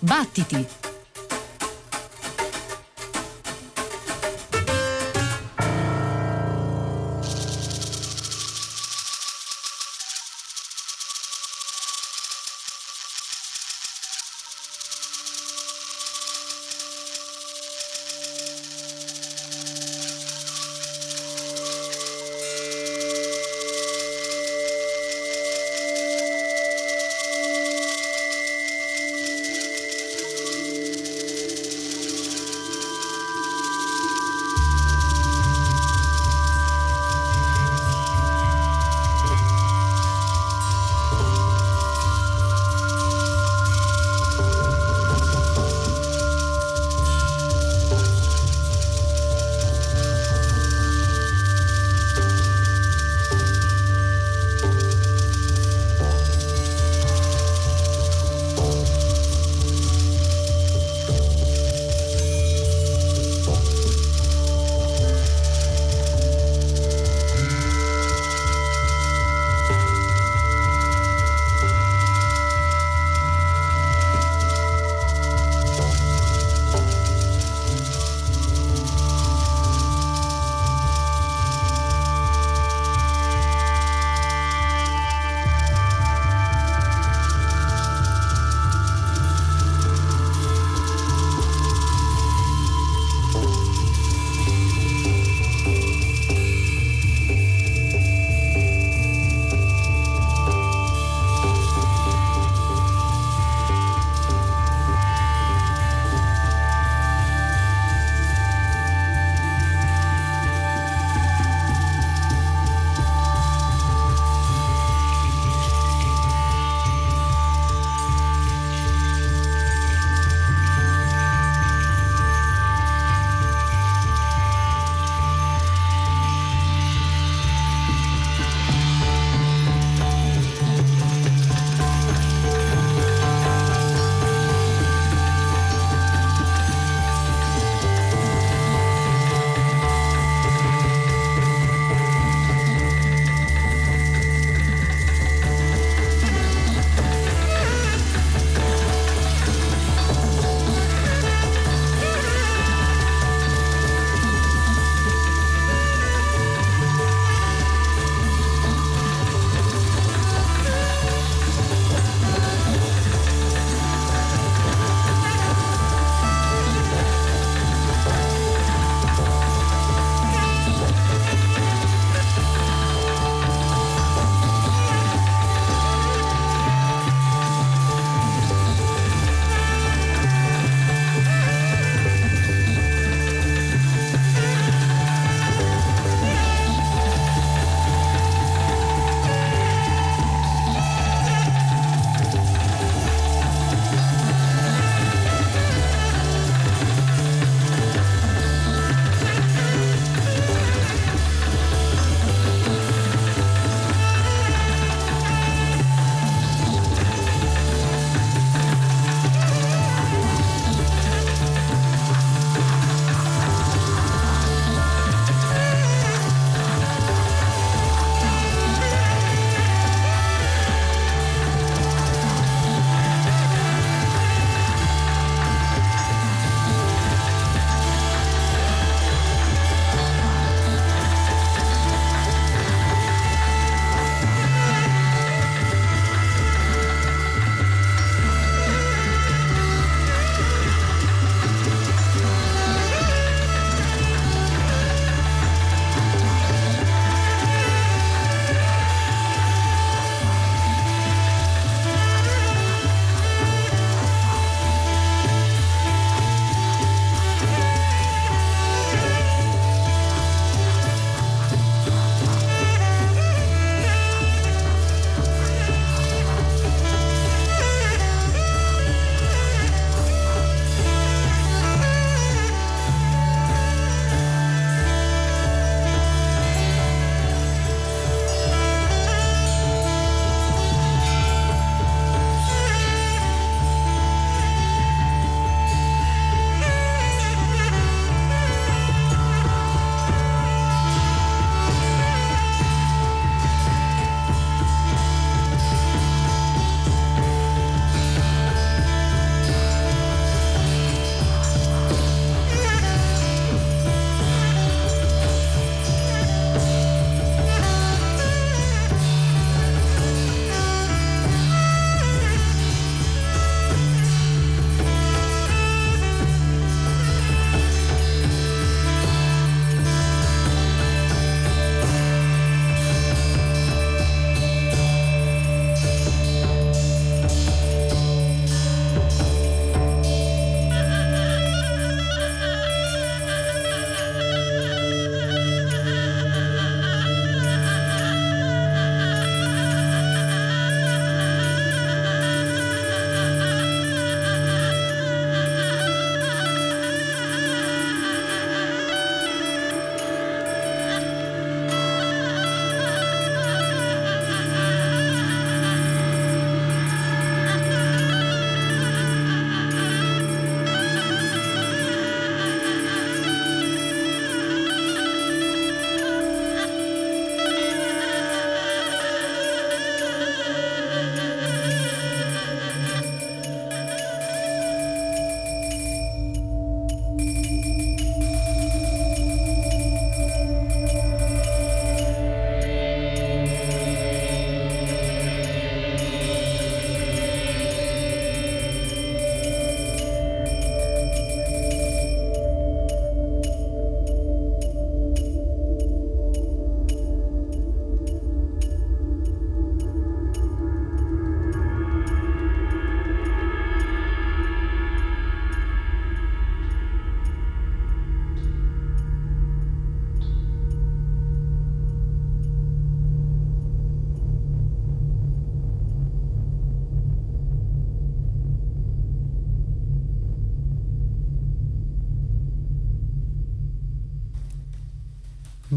Battiti!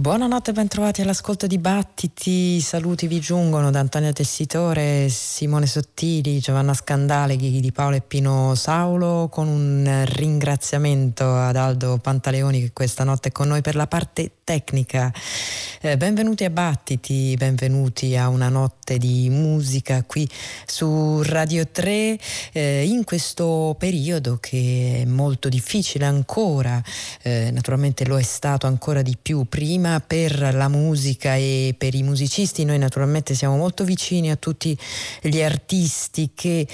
Buonanotte, bentrovati all'ascolto di Battiti. Saluti vi giungono da Antonio Tessitore, Simone Sottili, Giovanna Scandale, di Paolo e Pino Saulo, con un ringraziamento ad Aldo Pantaleoni che questa notte è con noi per la parte tecnica. Benvenuti a Battiti, benvenuti a una notte di musica qui su Radio 3, in questo periodo che è molto difficile ancora, naturalmente lo è stato ancora di più prima per la musica e per i musicisti. Noi naturalmente siamo molto vicini a tutti gli artisti che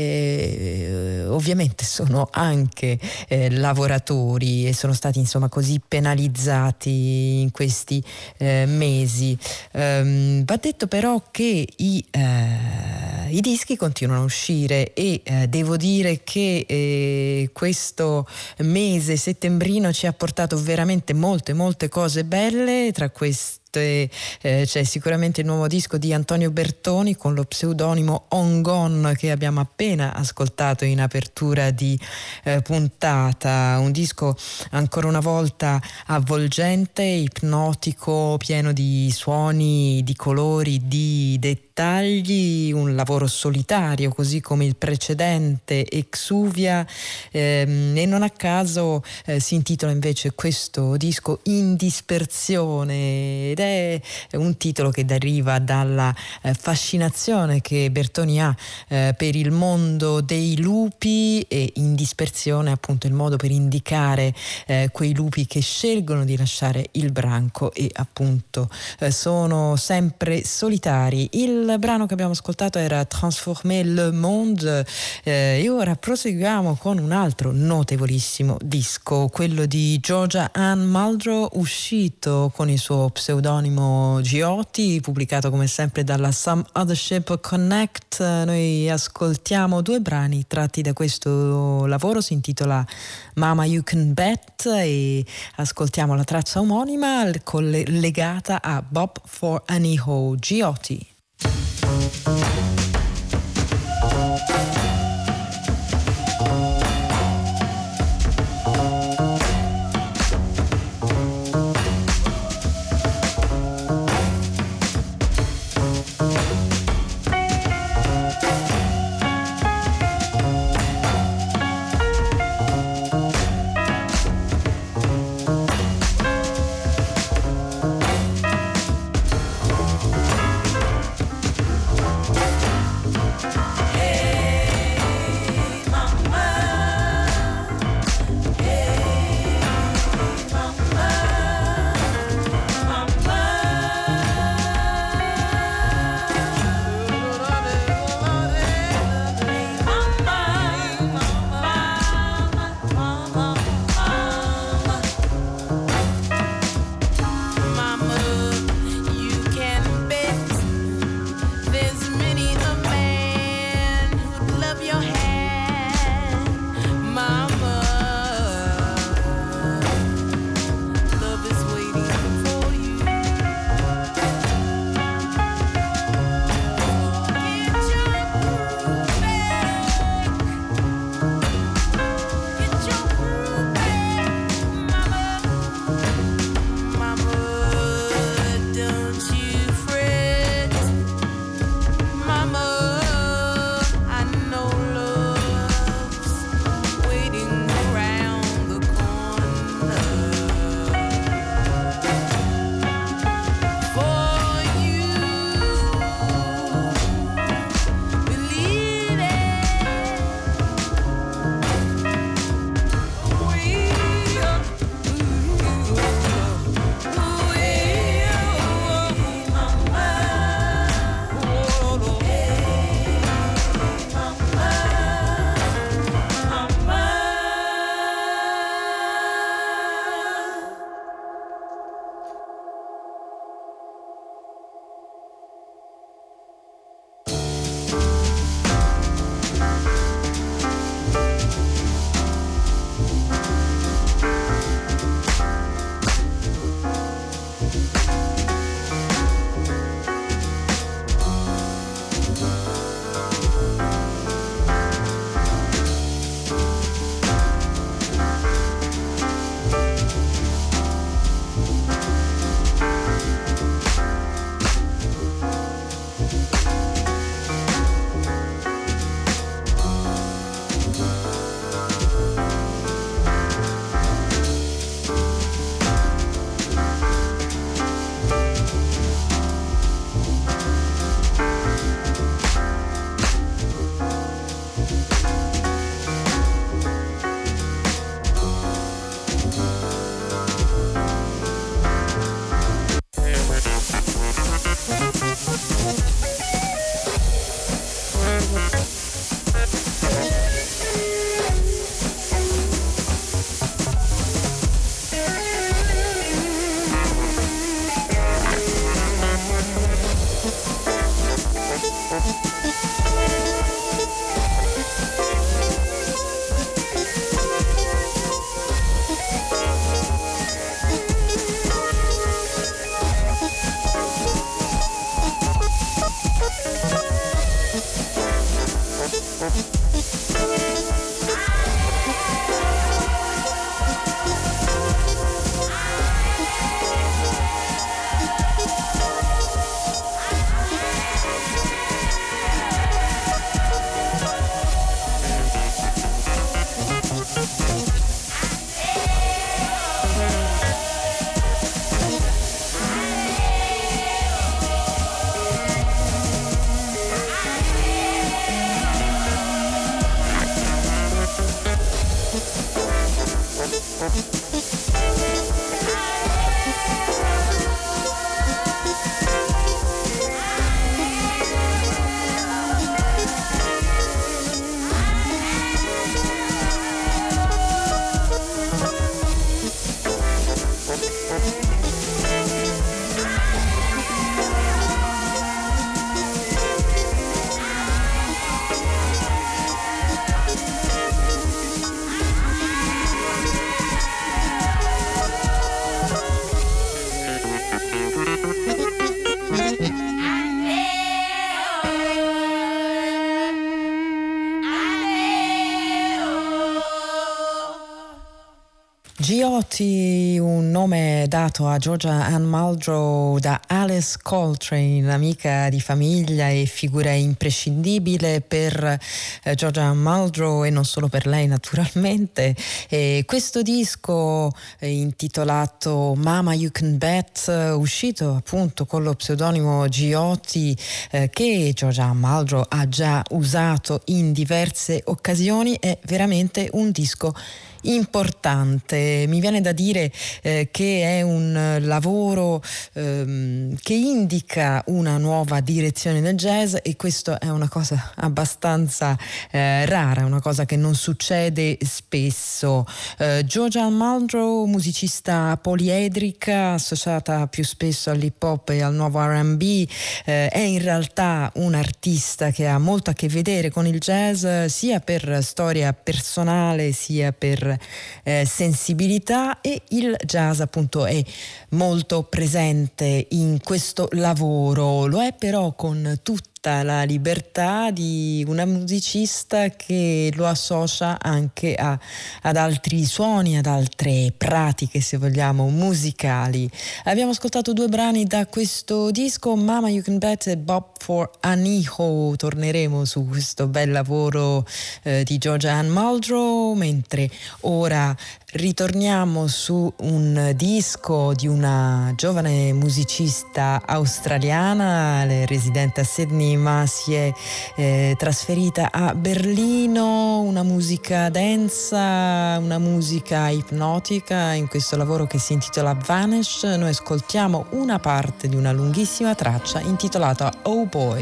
ovviamente sono anche lavoratori e sono stati insomma così penalizzati in questi mesi. Va detto però che i dischi continuano a uscire e devo dire che questo mese settembrino ci ha portato veramente molte cose belle. Tra queste c'è sicuramente il nuovo disco di Antonio Bertoni con lo pseudonimo On Gone che abbiamo appena ascoltato in apertura di puntata, un disco ancora una volta avvolgente, ipnotico, pieno di suoni, di colori, di dettagli, un lavoro solitario così come il precedente Exuvia, e non a caso si intitola invece questo disco In Dispersione, ed è un titolo che deriva dalla fascinazione che Bertoni ha per il mondo dei lupi, e in dispersione appunto il modo per indicare quei lupi che scelgono di lasciare il branco e appunto sono sempre solitari. Il brano che abbiamo ascoltato era Transformer le monde, e ora proseguiamo con un altro notevolissimo disco, quello di Georgia Ann Muldrow, uscito con il suo pseudonimo Giotti, pubblicato come sempre dalla Some Other Ship Connect. Noi ascoltiamo due brani tratti da questo lavoro, si intitola Mama You Can Bet, e ascoltiamo la traccia omonima legata a Bob for Aniho, Giotti. G.O.T., un nome dato a Georgia Ann Muldrow da Alice Coltrane, amica di famiglia e figura imprescindibile per Georgia Ann Muldrow e non solo per lei naturalmente. Questo disco intitolato Mama You Can Bet, uscito appunto con lo pseudonimo G.O.T., che Georgia Ann Muldrow ha già usato in diverse occasioni, è veramente un disco importante. Mi viene da dire che è un lavoro che indica una nuova direzione del jazz, e questo è una cosa abbastanza rara, una cosa che non succede spesso. Georgia Ann Muldrow, musicista poliedrica associata più spesso all'hip hop e al nuovo R&B, è in realtà un artista che ha molto a che vedere con il jazz, sia per storia personale sia per sensibilità, e il jazz appunto è molto presente in questo lavoro. Lo è però con tutta la libertà di una musicista che lo associa anche ad altri suoni, ad altre pratiche, se vogliamo, musicali. Abbiamo ascoltato due brani da questo disco, Mama You Can Bet e Bob for Aniho. Torneremo su questo bel lavoro di Georgia Ann Muldrow, mentre ora ritorniamo su un disco di una giovane musicista australiana, residente a Sydney ma si è trasferita a Berlino. Una musica densa, una musica ipnotica in questo lavoro che si intitola Vanish. Noi ascoltiamo una parte di una lunghissima traccia intitolata Oh Boy.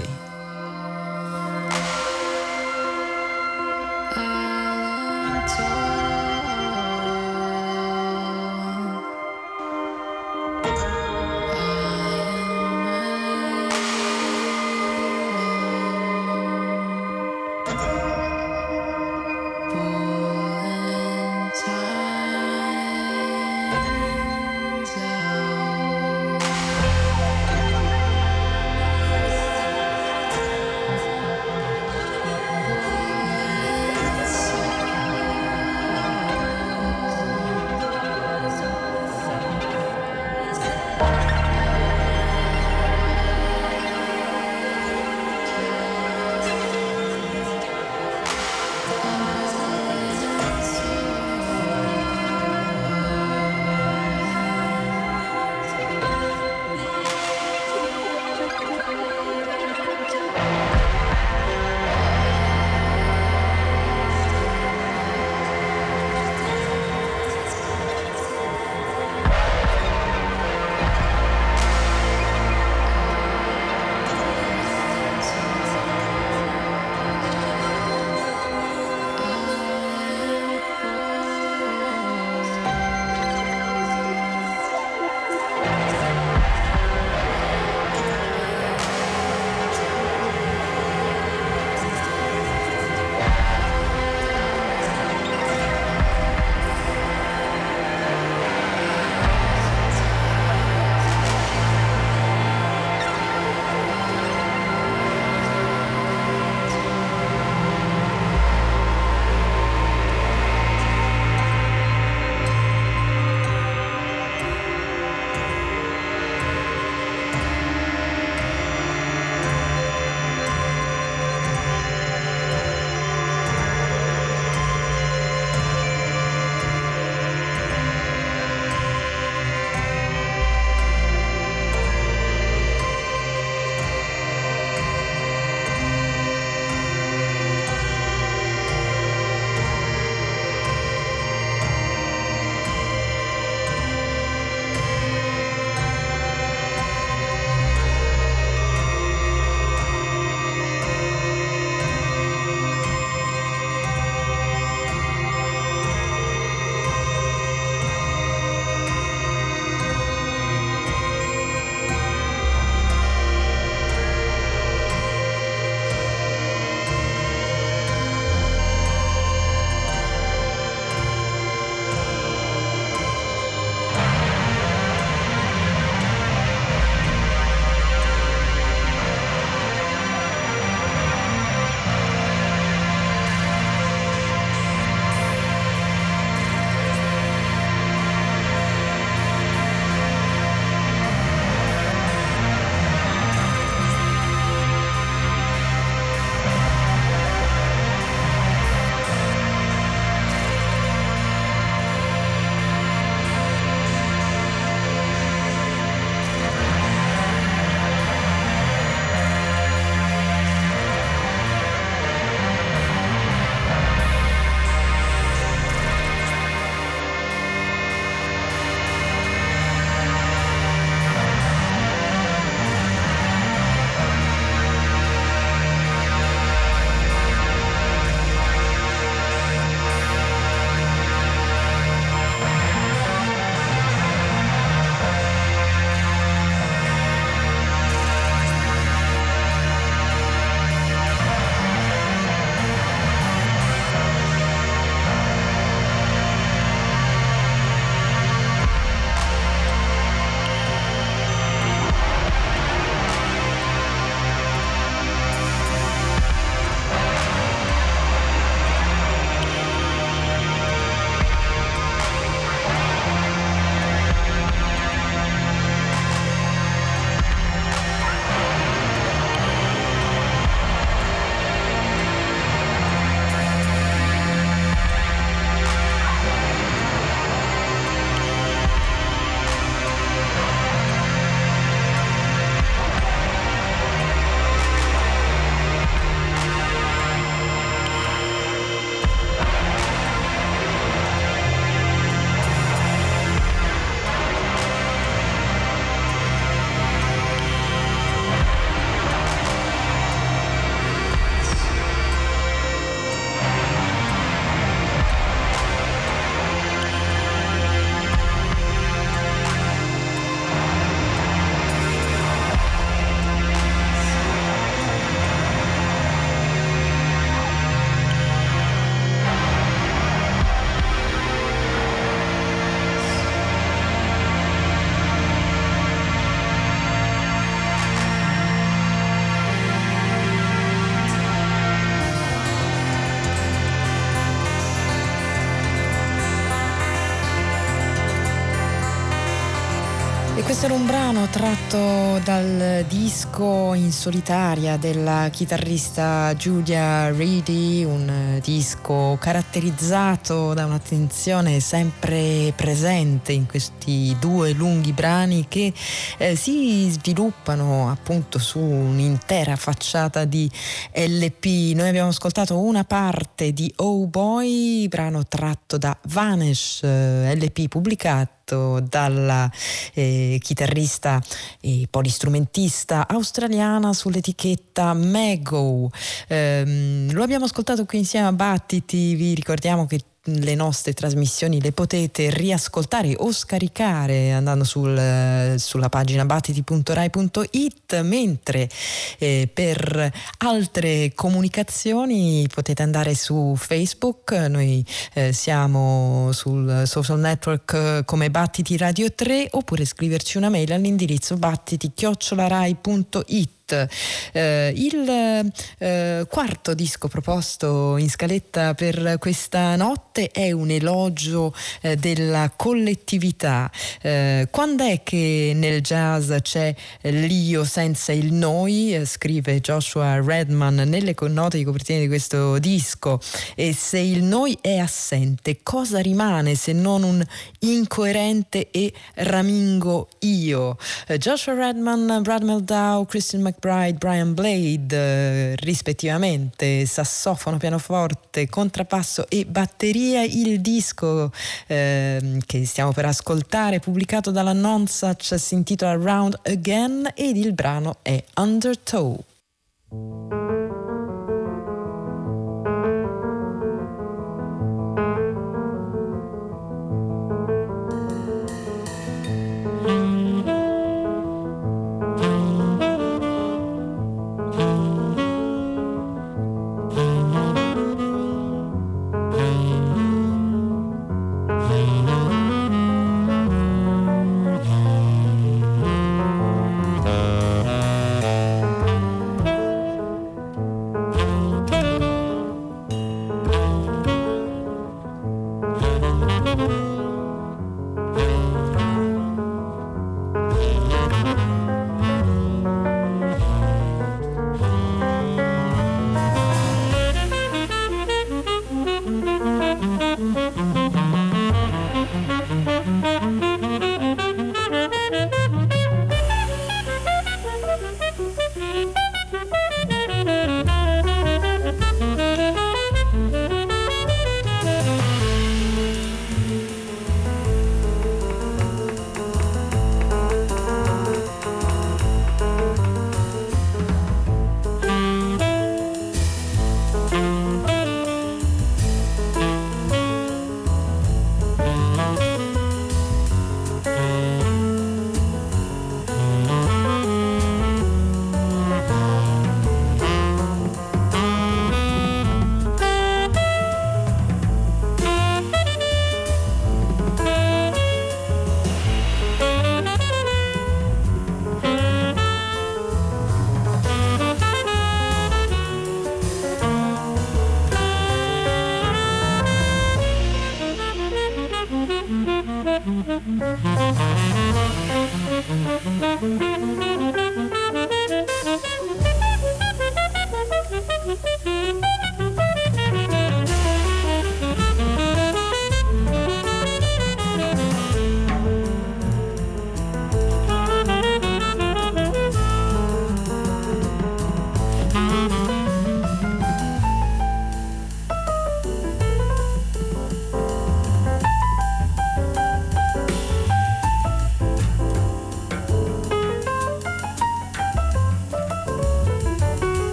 Questo era un brano tratto dal disco in solitaria della chitarrista Julia Reedy, un disco caratterizzato da un'attenzione sempre presente in questi due lunghi brani che si sviluppano appunto su un'intera facciata di LP. Noi abbiamo ascoltato una parte di Oh Boy, brano tratto da Vanish, LP pubblicato dalla chitarrista e polistrumentista australiana sull'etichetta Mego. Lo abbiamo ascoltato qui insieme a Battiti. Vi ricordiamo che le nostre trasmissioni le potete riascoltare o scaricare andando sulla pagina battiti.rai.it, mentre per altre comunicazioni potete andare su Facebook. Noi siamo sul social network come Battiti Radio 3, oppure scriverci una mail all'indirizzo battiti@rai.it. Il quarto disco proposto in scaletta per questa notte è un elogio della collettività. Quando è che nel jazz c'è l'io senza il noi? Scrive Joshua Redman nelle note di copertina di questo disco. E se il noi è assente, cosa rimane se non un incoerente e ramingo io? Joshua Redman, Brad Meldau, Christian McBride, Brian Blade, rispettivamente sassofono, pianoforte, contrabbasso e batteria. Il disco che stiamo per ascoltare, pubblicato dalla Nonsuch, si intitola Round Again ed il brano è Undertow.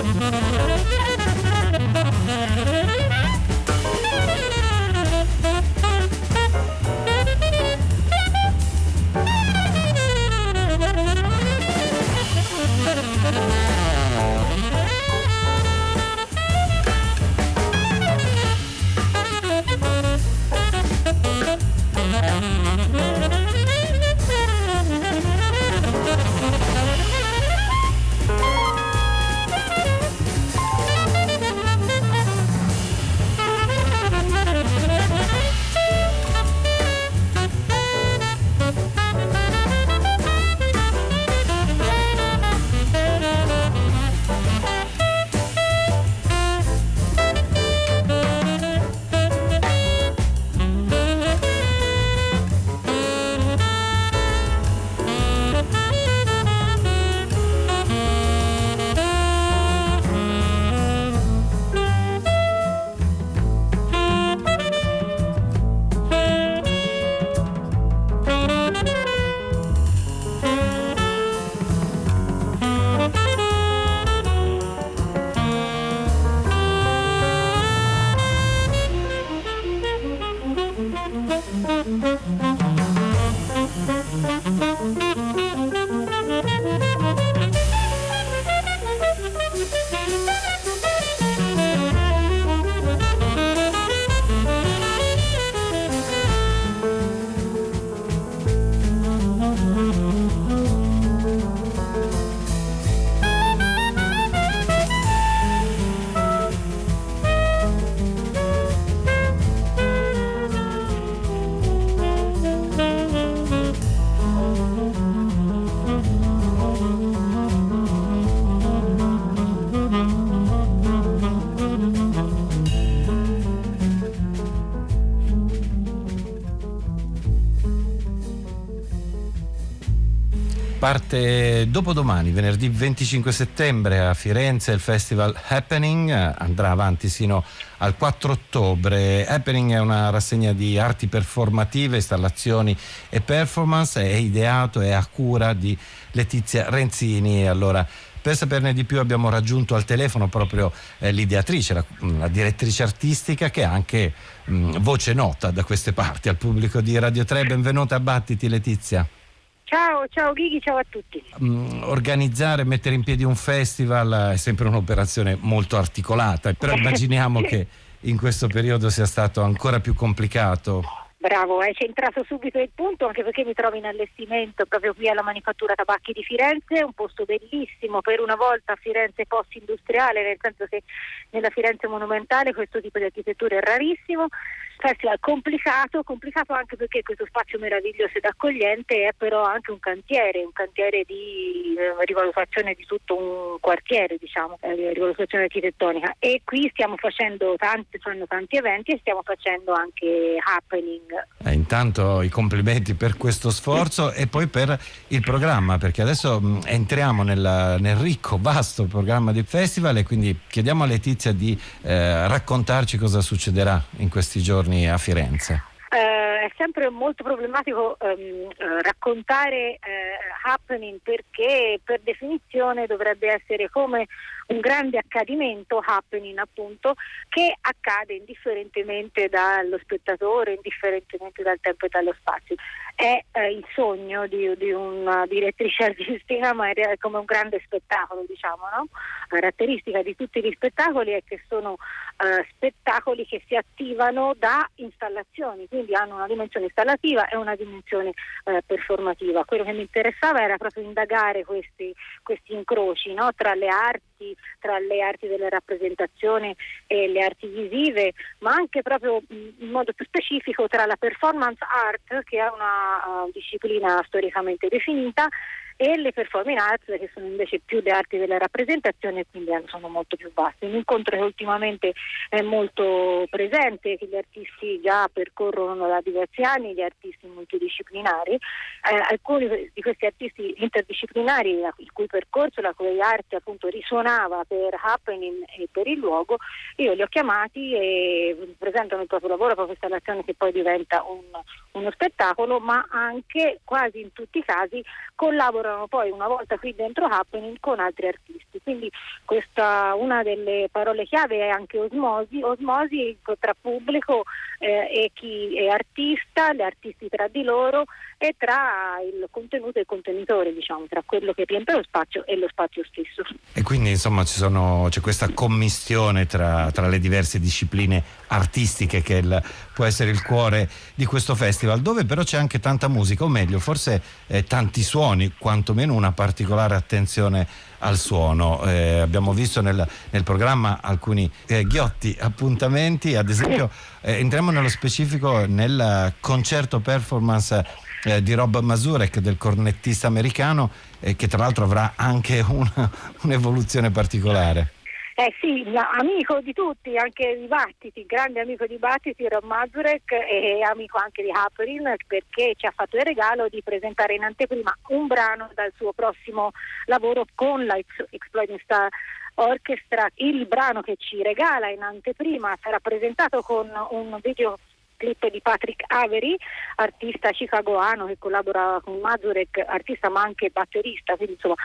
Parte dopodomani, venerdì 25 settembre a Firenze, il festival Happening, andrà avanti sino al 4 ottobre. Happening è una rassegna di arti performative, installazioni e performance, è ideato e a cura di Letizia Renzini. Allora, per saperne di più abbiamo raggiunto al telefono proprio l'ideatrice, la direttrice artistica, che è anche voce nota da queste parti al pubblico di Radio 3. Benvenuta a Battiti, Letizia. Ciao Ghighi, ciao a tutti. Organizzare, mettere in piedi un festival è sempre un'operazione molto articolata, però immaginiamo che in questo periodo sia stato ancora più complicato. Bravo, hai centrato subito il punto, anche perché mi trovo in allestimento proprio qui alla Manifattura Tabacchi di Firenze, un posto bellissimo, per una volta Firenze post-industriale, nel senso che nella Firenze monumentale questo tipo di architettura è rarissimo. Festival complicato anche perché questo spazio meraviglioso ed accogliente è però anche un cantiere di rivalutazione di tutto un quartiere, diciamo, rivalutazione architettonica, e qui fanno tanti eventi e stiamo facendo anche happening. Intanto i complimenti per questo sforzo e poi per il programma, perché adesso entriamo nel ricco, vasto programma del festival, e quindi chiediamo a Letizia di raccontarci cosa succederà in questi giorni a Firenze. È sempre molto problematico raccontare happening, perché per definizione dovrebbe essere come un grande accadimento, happening appunto, che accade indifferentemente dallo spettatore, indifferentemente dal tempo e dallo spazio. È il sogno di una direttrice artistica, ma è come un grande spettacolo, diciamo, no? La caratteristica di tutti gli spettacoli è che sono spettacoli che si attivano da installazioni, quindi hanno una dimensione installativa e una dimensione performativa. Quello che mi interessava era proprio indagare questi incroci, no? tra le arti della rappresentazione e le arti visive, ma anche proprio in modo più specifico tra la performance art, che è una disciplina storicamente definita, e le performing arts, che sono invece più le arti della rappresentazione e quindi sono molto più vaste. Un incontro che ultimamente è molto presente, che gli artisti già percorrono da diversi anni, gli artisti multidisciplinari. Alcuni di questi artisti interdisciplinari, il cui percorso, la cui arte appunto risuonava per happening e per il luogo, io li ho chiamati e presentano il proprio lavoro, la propria installazione, che poi diventa uno spettacolo, ma anche quasi in tutti i casi collaborano collaborano poi una volta qui dentro Happening con altri artisti. Quindi una delle parole chiave è anche osmosi tra pubblico e chi è artista, gli artisti tra di loro e tra il contenuto e il contenitore, diciamo, tra quello che riempie lo spazio e lo spazio stesso. E quindi insomma c'è questa commistione tra le diverse discipline artistiche che può essere il cuore di questo festival, dove però c'è anche tanta musica, o meglio forse tanti suoni, quantomeno una particolare attenzione al suono. Abbiamo visto nel programma alcuni ghiotti appuntamenti, ad esempio entriamo nello specifico nel concerto performance di Rob Mazurek, del cornettista americano, che tra l'altro avrà anche un'evoluzione particolare. Sì, amico di tutti, anche di Battiti, grande amico di Battiti, Rob Mazurek, e amico anche di Happening, perché ci ha fatto il regalo di presentare in anteprima un brano dal suo prossimo lavoro con la Exploding Star Orchestra. Il brano che ci regala in anteprima sarà presentato con un video clip di Patrick Avery, artista chicagoano che collabora con Mazurek, artista ma anche batterista, quindi insomma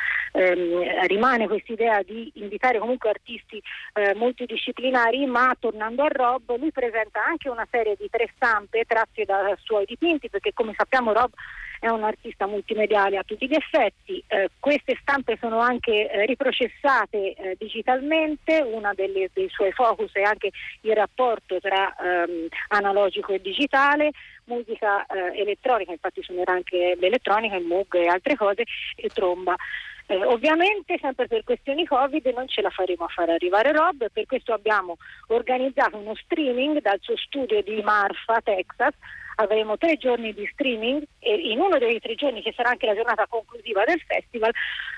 rimane quest'idea di invitare comunque artisti multidisciplinari. Ma tornando a Rob, lui presenta anche una serie di 3 stampe tratte da suoi dipinti, perché come sappiamo Rob è un artista multimediale a tutti gli effetti. Queste stampe sono anche riprocessate digitalmente. Una dei suoi focus è anche il rapporto tra analogico e digitale, musica elettronica, infatti suonerà anche l'elettronica, il Moog e altre cose, e tromba. Ovviamente sempre per questioni Covid non ce la faremo a far arrivare Rob, per questo abbiamo organizzato uno streaming dal suo studio di Marfa, Texas. Avremo 3 giorni di streaming e in uno dei 3 giorni, che sarà anche la giornata conclusiva del festival,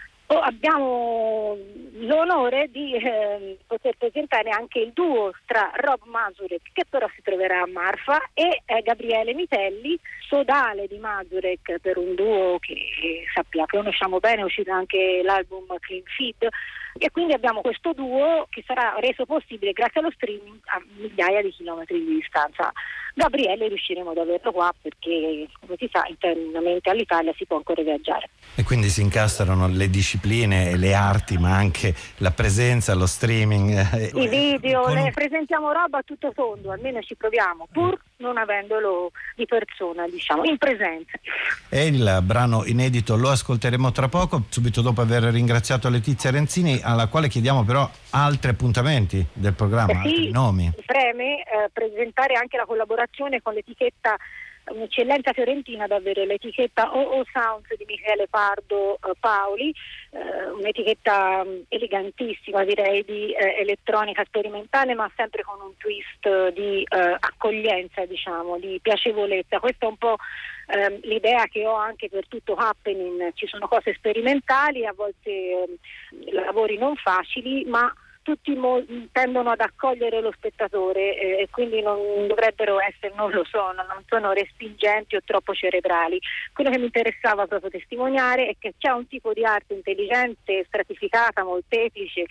abbiamo l'onore di poter presentare anche il duo tra Rob Mazurek, che però si troverà a Marfa, e Gabriele Mitelli, sodale di Mazurek, per un duo che conosciamo bene. È uscito anche l'album Clean Feed, e quindi abbiamo questo duo che sarà reso possibile grazie allo streaming a migliaia di chilometri di distanza. Gabriele riusciremo ad averlo qua perché, come si sa, internamente all'Italia si può ancora viaggiare. E quindi si incastrano le discipline e le arti, ma anche la presenza, lo streaming. I video, presentiamo roba a tutto tondo, almeno ci proviamo, pur non avendolo di persona, diciamo, in presenza. E il brano inedito lo ascolteremo tra poco, subito dopo aver ringraziato Letizia Renzini, alla quale chiediamo però altri appuntamenti del programma, altri nomi. Preme presentare anche la collaborazione con l'etichetta, un'eccellenza fiorentina davvero, l'etichetta OO Sounds di Michele Pardo Paoli, un'etichetta elegantissima, direi, di elettronica sperimentale, ma sempre con un twist di accoglienza, diciamo, di piacevolezza. Questa è un po' l'idea che ho anche per tutto Happening. Ci sono cose sperimentali, a volte lavori non facili, ma tutti tendono ad accogliere lo spettatore e quindi non dovrebbero essere, non sono respingenti o troppo cerebrali. Quello che mi interessava proprio testimoniare è che c'è un tipo di arte intelligente, stratificata, molteplice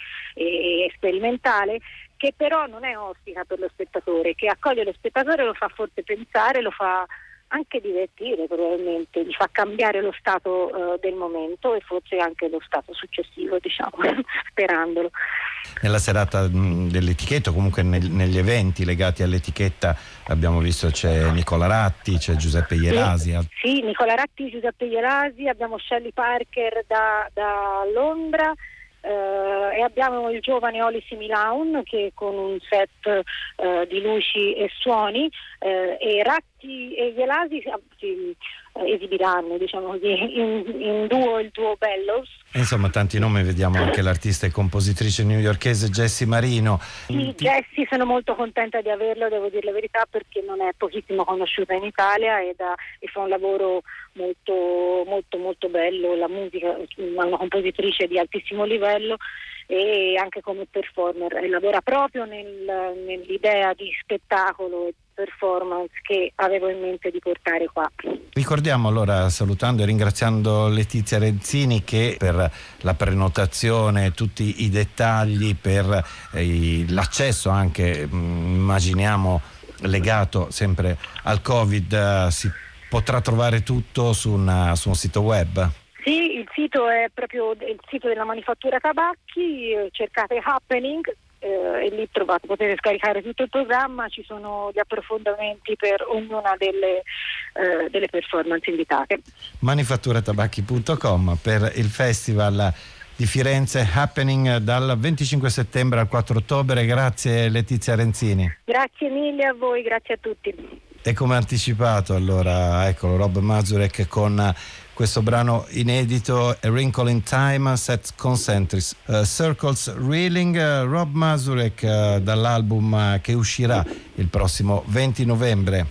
e sperimentale, che però non è ostica per lo spettatore, che accoglie lo spettatore, lo fa forse pensare, lo fa anche divertire, probabilmente, gli fa cambiare lo stato del momento e forse anche lo stato successivo, diciamo, sperandolo. Nella serata dell'etichetta, comunque negli eventi legati all'etichetta, abbiamo visto c'è Nicola Ratti, c'è Giuseppe Ielasi. Sì, Nicola Ratti, Giuseppe Ielasi, abbiamo Shelley Parker da Londra, e abbiamo il giovane Oli Similaun che con un set di luci e suoni, e Ratti e Ielasi si esibiranno, diciamo così, in duo, il duo Bellows. Insomma, tanti nomi, vediamo anche l'artista e compositrice newyorkese Jessie Marino. Sì, Jessie, sono molto contenta di averlo, devo dire la verità, perché non è pochissimo conosciuta in Italia e fa un lavoro molto molto molto bello. La musica, è una compositrice di altissimo livello e anche come performer lavora proprio nell'idea di spettacolo e performance che avevo in mente di portare qua. Ricordiamo allora, salutando e ringraziando Letizia Renzini, che per la prenotazione, tutti i dettagli, per l'accesso anche, immaginiamo, legato sempre al Covid, si potrà trovare tutto su un sito web. Sì, il sito sito è proprio il sito della Manifattura Tabacchi, cercate Happening e lì potete scaricare tutto il programma, ci sono gli approfondimenti per ognuna delle performance invitate. Manifatturatabacchi.com per il festival di Firenze Happening dal 25 settembre al 4 ottobre. Grazie Letizia Renzini. Grazie mille a voi, grazie a tutti. E come anticipato, allora, eccolo, Rob Mazurek con questo brano inedito, A Wrinkle in Time, Set Concentric Circles Reeling. Rob Mazurek dall'album che uscirà il prossimo 20 novembre.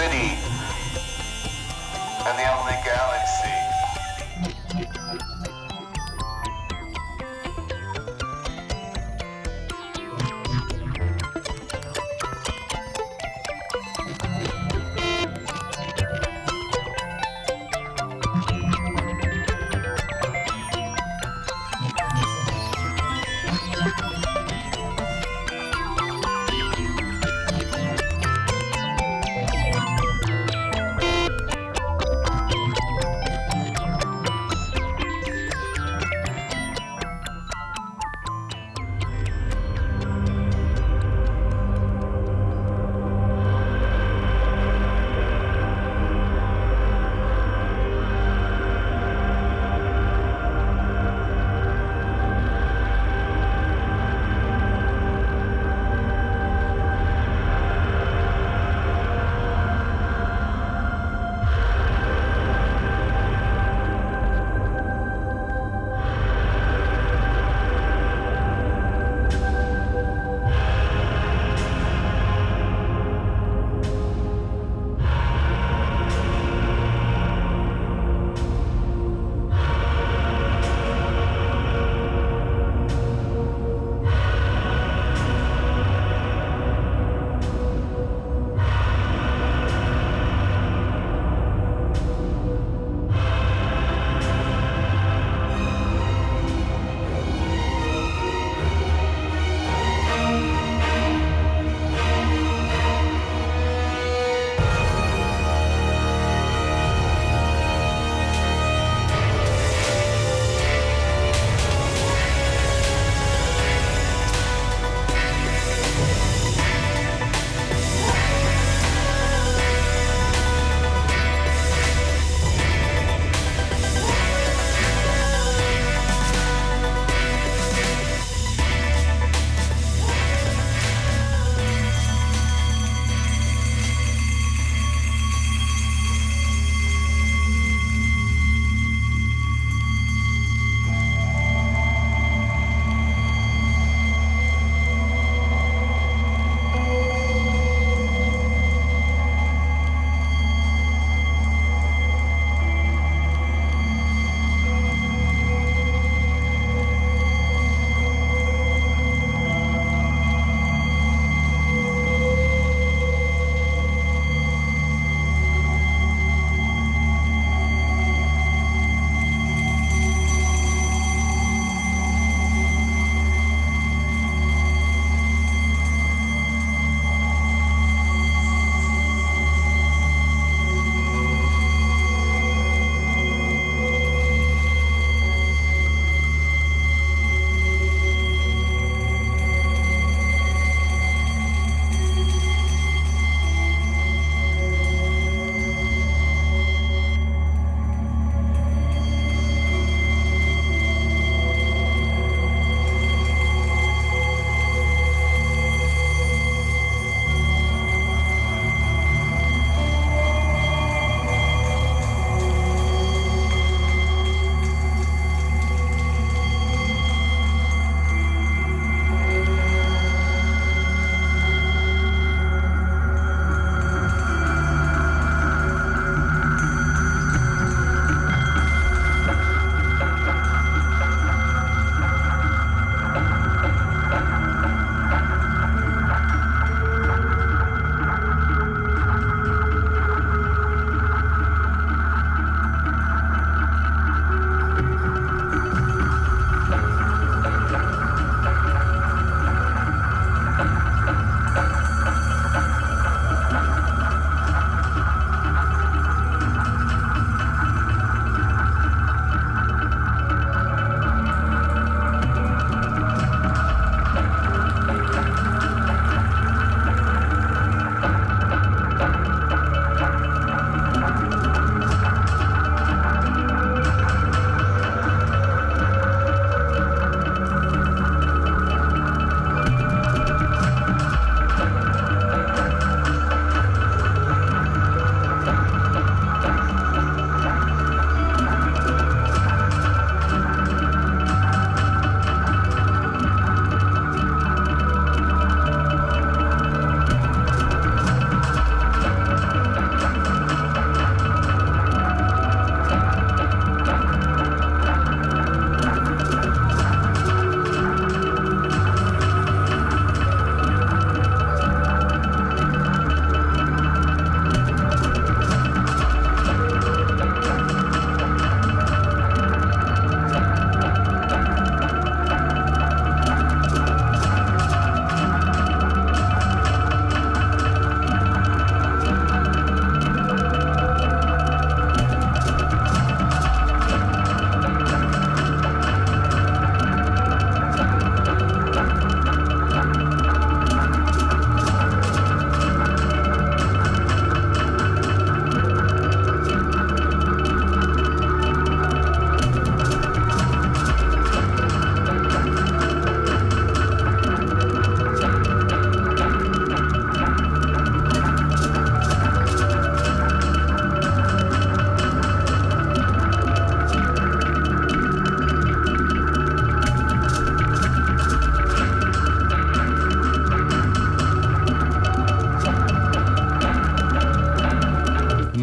city and the only galaxy.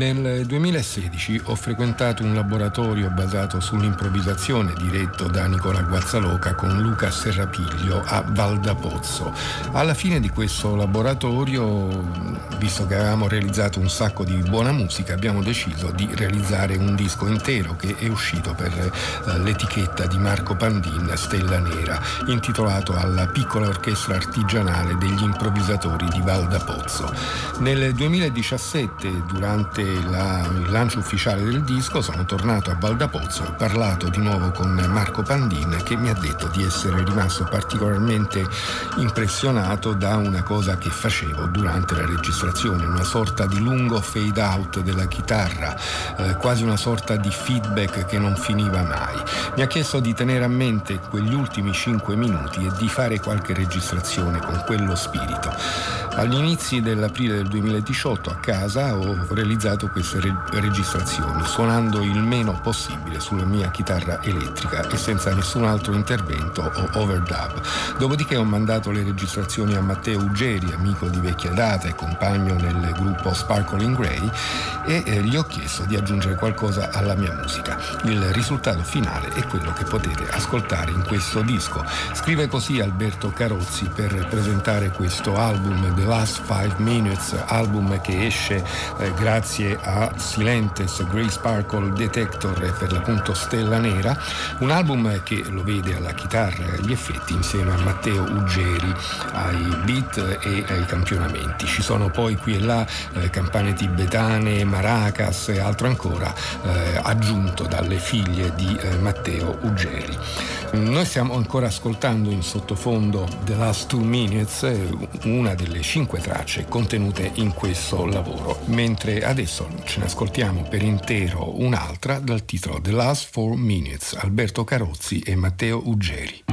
Nel 2016 ho frequentato un laboratorio basato sull'improvvisazione diretto da Nicola Guazzaloca con Luca Serrapiglio a Val d'Apozzo. Alla fine di questo laboratorio, visto che avevamo realizzato un sacco di buona musica, abbiamo deciso di realizzare un disco intero che è uscito per l'etichetta di Marco Pandin, Stella Nera, intitolato Alla piccola orchestra artigianale degli improvvisatori di Val d'Apozzo. Nel 2017, durante il lancio ufficiale del disco, sono tornato a Val d'Apozzo e ho parlato di nuovo con Marco Pandin, che mi ha detto di essere rimasto particolarmente impressionato da una cosa che facevo durante la registrazione, una sorta di lungo fade out della chitarra, quasi una sorta di feedback che non finiva mai. Mi ha chiesto di tenere a mente quegli ultimi 5 minuti e di fare qualche registrazione con quello spirito. Agli inizi dell'aprile del 2018 a casa ho realizzato queste registrazioni, suonando il meno possibile sulla mia chitarra elettrica e senza nessun altro intervento o overdub. Dopodiché ho mandato le registrazioni a Matteo Uggeri, amico di vecchia data e compagno nel gruppo Sparkling Grey, e gli ho chiesto di aggiungere qualcosa alla mia musica. Il risultato finale è quello che potete ascoltare in questo disco. Scrive così Alberto Carozzi per presentare questo album, The Last 5 Minutes, album che esce grazie a Silentes, Grey Sparkle Detector e per l'appunto Stella Nera, un album che lo vede alla chitarra e agli effetti insieme a Matteo Uggeri ai beat e ai campionamenti. Ci sono poi qui e là campane tibetane, maracas e altro ancora aggiunto dalle figlie di Matteo Uggeri. Noi stiamo ancora ascoltando in sottofondo The Last 2 Minutes, una delle 5 tracce contenute in questo lavoro, mentre adesso ce ne ascoltiamo per intero un'altra dal titolo The Last 4 Minutes, Alberto Carozzi e Matteo Uggeri.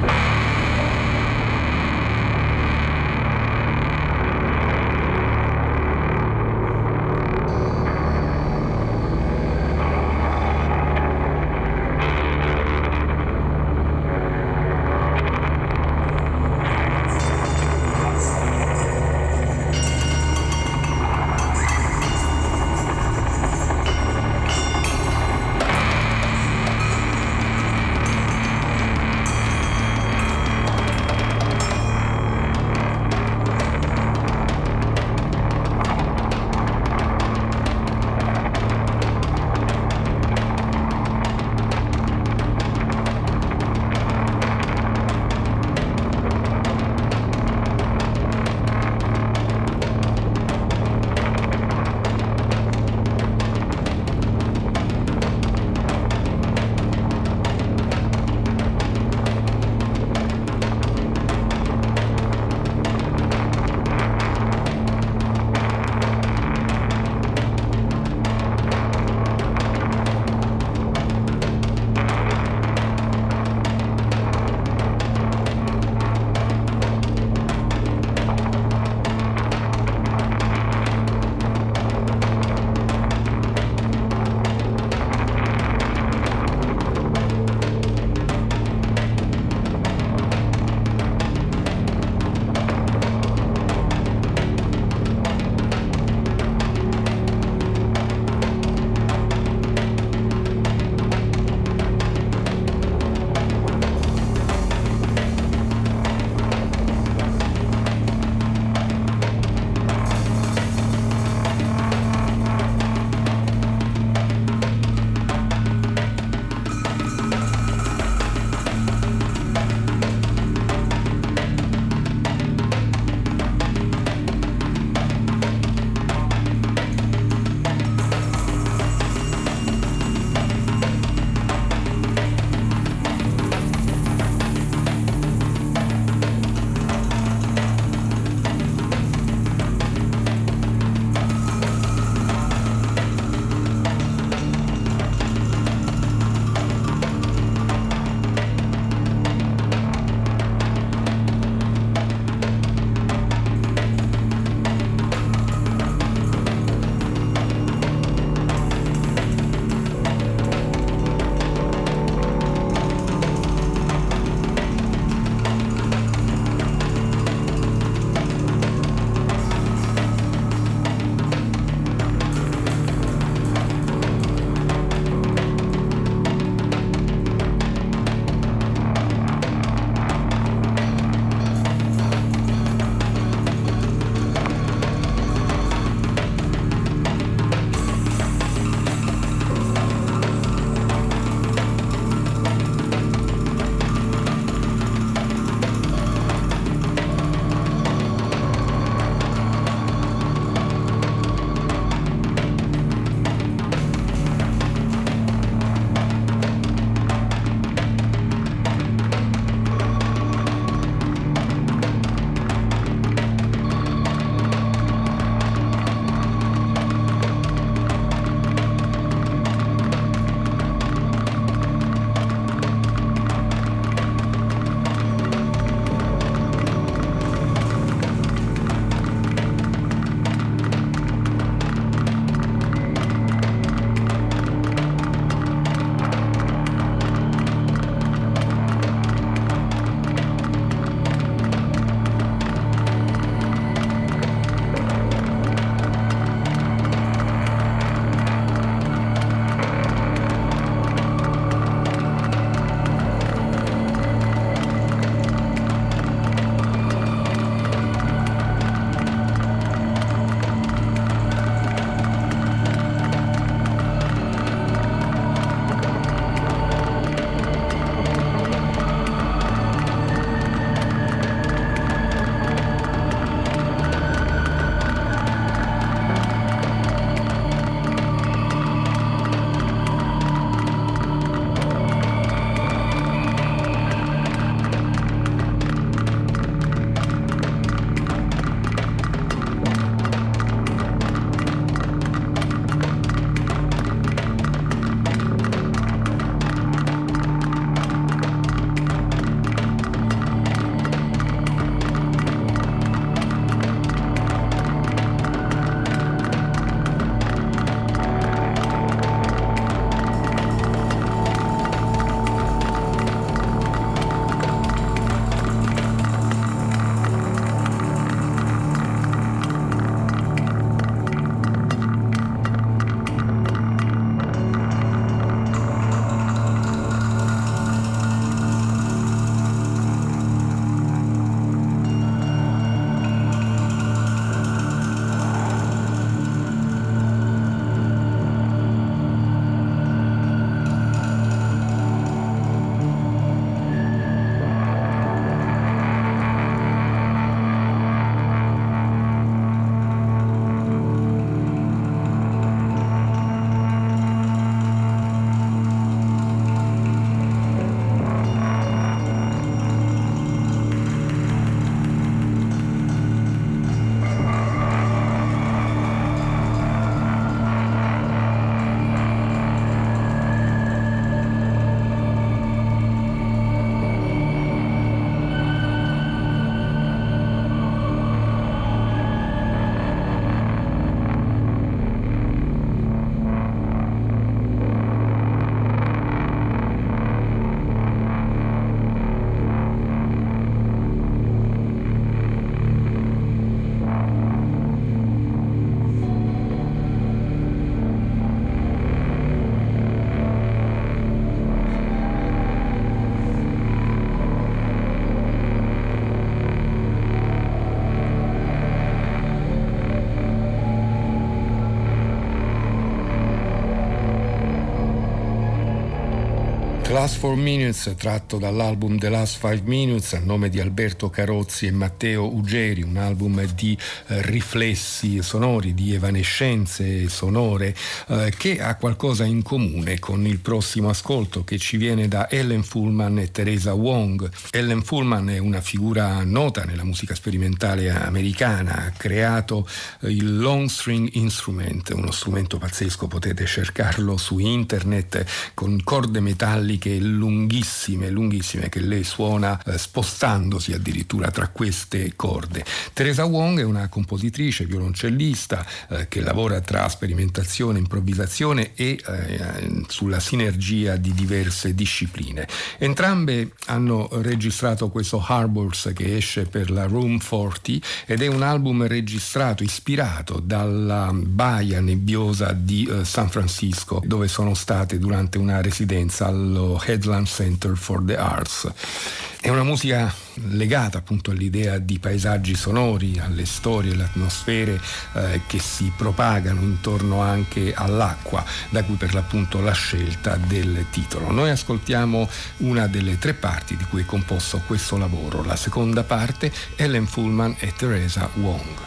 Last 4 Minutes, tratto dall'album The Last 5 Minutes, a nome di Alberto Carozzi e Matteo Ugeri, un album di riflessi sonori, di evanescenze sonore, che ha qualcosa in comune con il prossimo ascolto, che ci viene da Ellen Fullman e Teresa Wong. Ellen Fullman è una figura nota nella musica sperimentale americana, ha creato il Long String Instrument, uno strumento pazzesco, potete cercarlo su internet, con corde metalliche lunghissime che lei suona spostandosi addirittura tra queste corde. Teresa Wong è una compositrice, violoncellista, che lavora tra sperimentazione, improvvisazione e sulla sinergia di diverse discipline. Entrambe hanno registrato questo Harbors che esce per la Room 40 ed è un album registrato, ispirato dalla baia nebbiosa di San Francisco, dove sono state durante una residenza allo Headland Center for the Arts. È una musica legata appunto all'idea di paesaggi sonori, alle storie, alle atmosfere che si propagano intorno anche all'acqua, da cui per l'appunto la scelta del titolo. Noi ascoltiamo una delle 3 parti di cui è composto questo lavoro. La seconda parte, Ellen Fullman e Teresa Wong.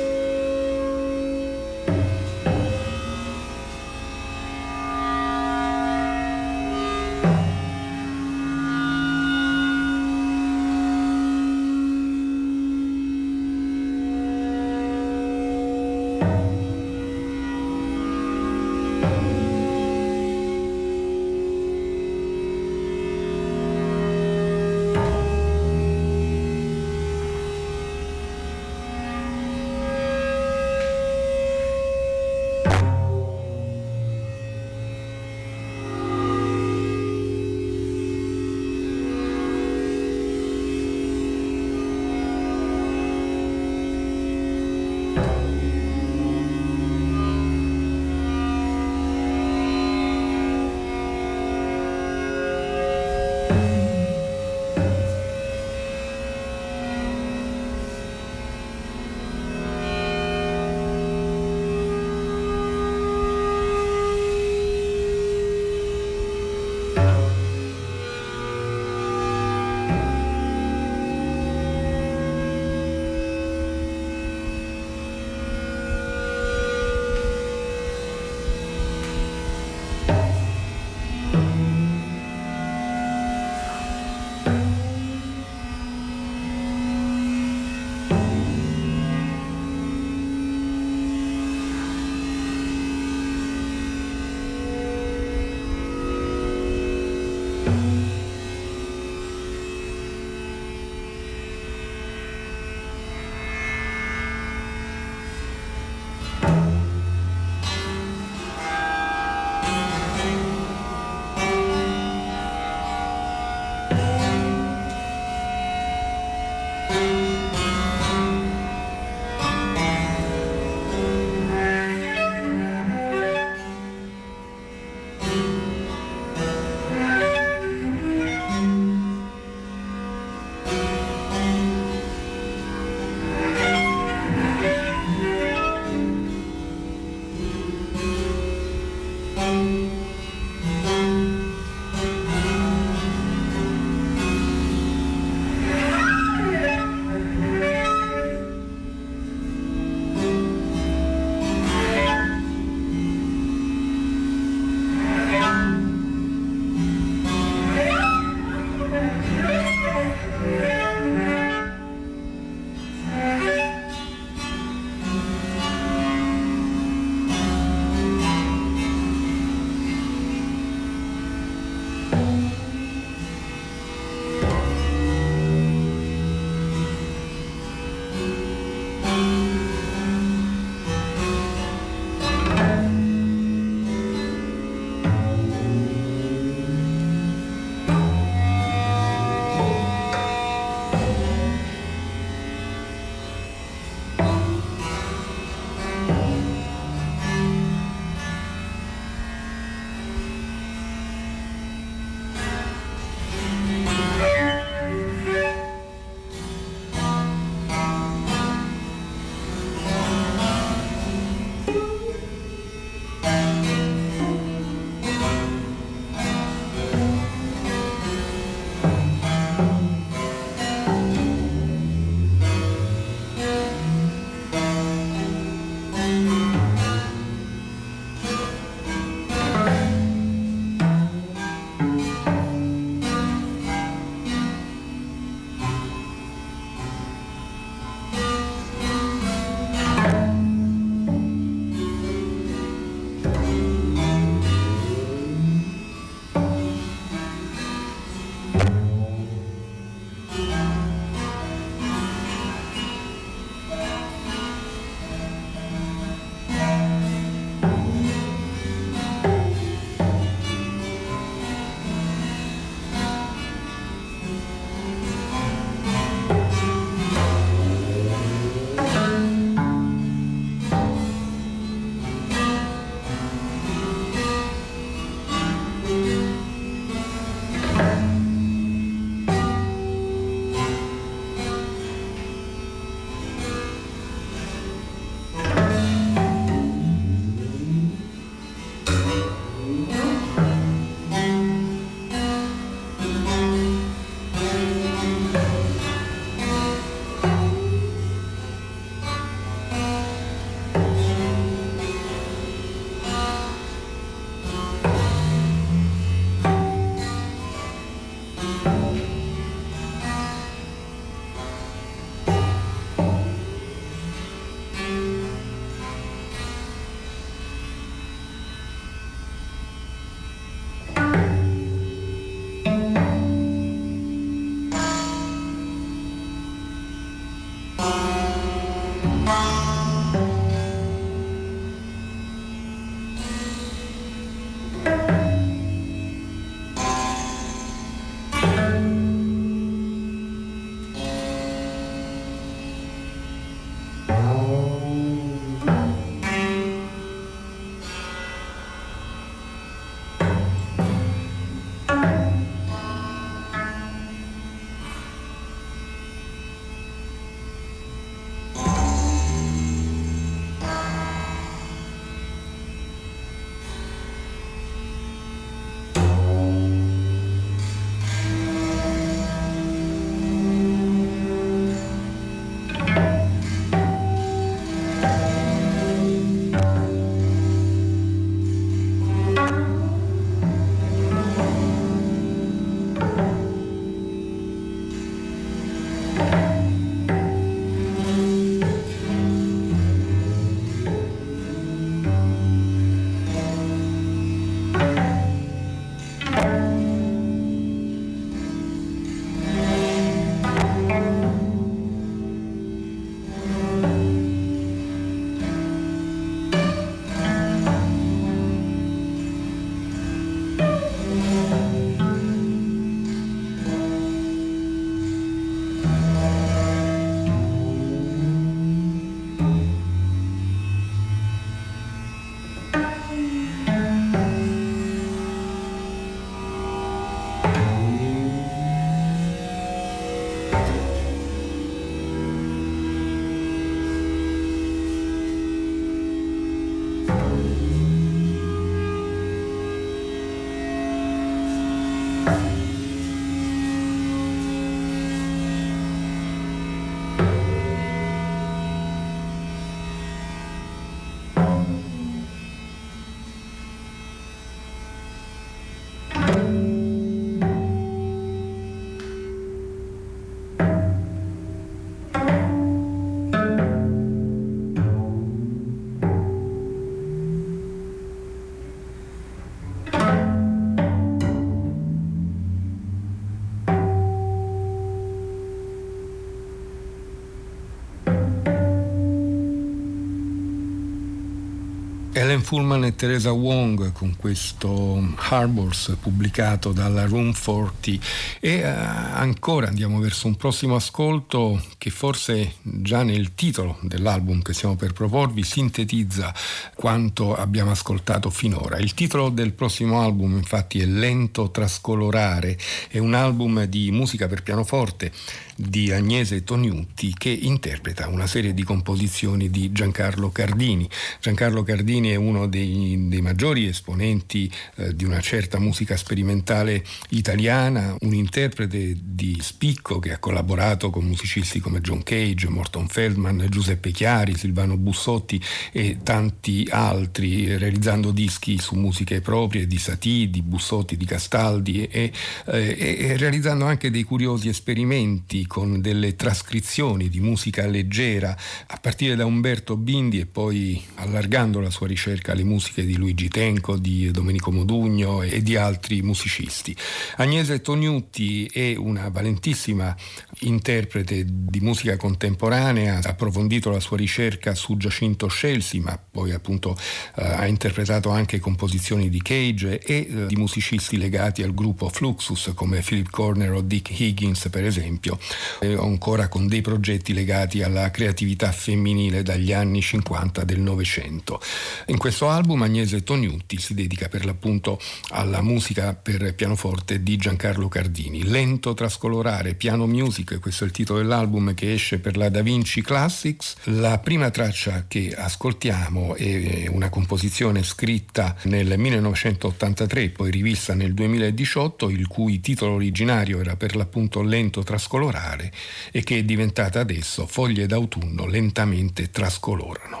Helen Fullman e Teresa Wong con questo Harbors pubblicato dalla Room 40 e ancora andiamo verso un prossimo ascolto che forse già nel titolo dell'album che stiamo per proporvi sintetizza quanto abbiamo ascoltato finora. Il titolo del prossimo album infatti è Lento Trascolorare, è un album di musica per pianoforte di Agnese Tognutti che interpreta una serie di composizioni di Giancarlo Cardini. Giancarlo Cardini è uno dei maggiori esponenti di una certa musica sperimentale italiana, un interprete di spicco che ha collaborato con musicisti come John Cage, Morton Feldman, Giuseppe Chiari, Silvano Bussotti e tanti altri, realizzando dischi su musiche proprie di Satie, di Bussotti, di Castaldi e realizzando anche dei curiosi esperimenti con delle trascrizioni di musica leggera a partire da Umberto Bindi e poi allargando la sua ricerca alle musiche di Luigi Tenco, di Domenico Modugno e di altri musicisti. Agnese Tognutti è una valentissima interprete di musica contemporanea, ha approfondito la sua ricerca su Giacinto Scelsi, ma poi appunto ha interpretato anche composizioni di Cage e di musicisti legati al gruppo Fluxus come Philip Corner o Dick Higgins per esempio, e ancora con dei progetti legati alla creatività femminile dagli anni 50 del Novecento. In questo album Agnese Tognutti si dedica per l'appunto alla musica per pianoforte di Giancarlo Cardini. Lento Trascolorare, Piano Music, questo è il titolo dell'album che esce per la Da Vinci Classics. La prima traccia che ascoltiamo è una composizione scritta nel 1983, poi rivista nel 2018, il cui titolo originario era per l'appunto Lento Trascolorare e che è diventata adesso Foglie d'autunno lentamente trascolorano.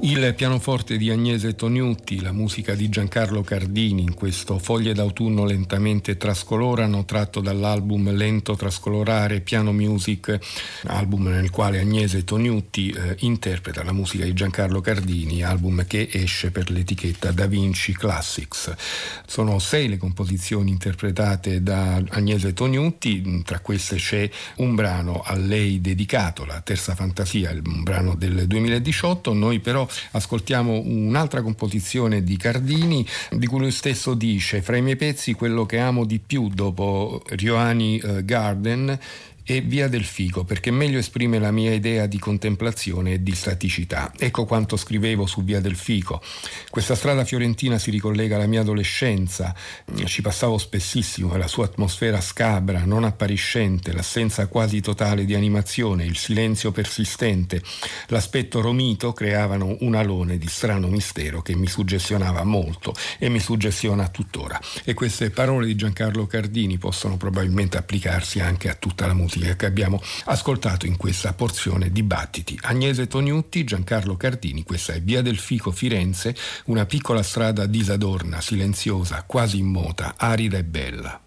Il pianoforte di Agnese Tognutti, la musica di Giancarlo Cardini in questo Foglie d'autunno lentamente trascolorano, tratto dall'album Lento Trascolorare Piano Music, album nel quale Agnese Tognutti interpreta la musica di Giancarlo Cardini, album che esce per l'etichetta Da Vinci Classics. Sono 6 le composizioni interpretate da Agnese Tognutti, tra queste c'è un brano a lei dedicato, La Terza Fantasia, un brano del 2018. Noi però ascoltiamo un'altra composizione di Cardini di cui lui stesso dice: fra i miei pezzi quello che amo di più dopo Rioani Garden e Via del Fico, perché meglio esprime la mia idea di contemplazione e di staticità. Ecco quanto scrivevo su Via del Fico. Questa strada fiorentina si ricollega alla mia adolescenza, ci passavo spessissimo, la sua atmosfera scabra, non appariscente, l'assenza quasi totale di animazione, il silenzio persistente, l'aspetto romito creavano un alone di strano mistero che mi suggestionava molto e mi suggestiona tuttora. E queste parole di Giancarlo Cardini possono probabilmente applicarsi anche a tutta la musica che abbiamo ascoltato in questa porzione di Battiti. Agnese Tognutti, Giancarlo Cardini, questa è Via del Fico, Firenze, una piccola strada disadorna, silenziosa, quasi immota, arida e bella.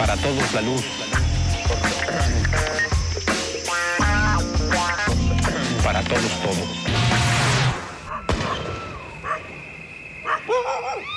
Para todos la luz. Para todos todo.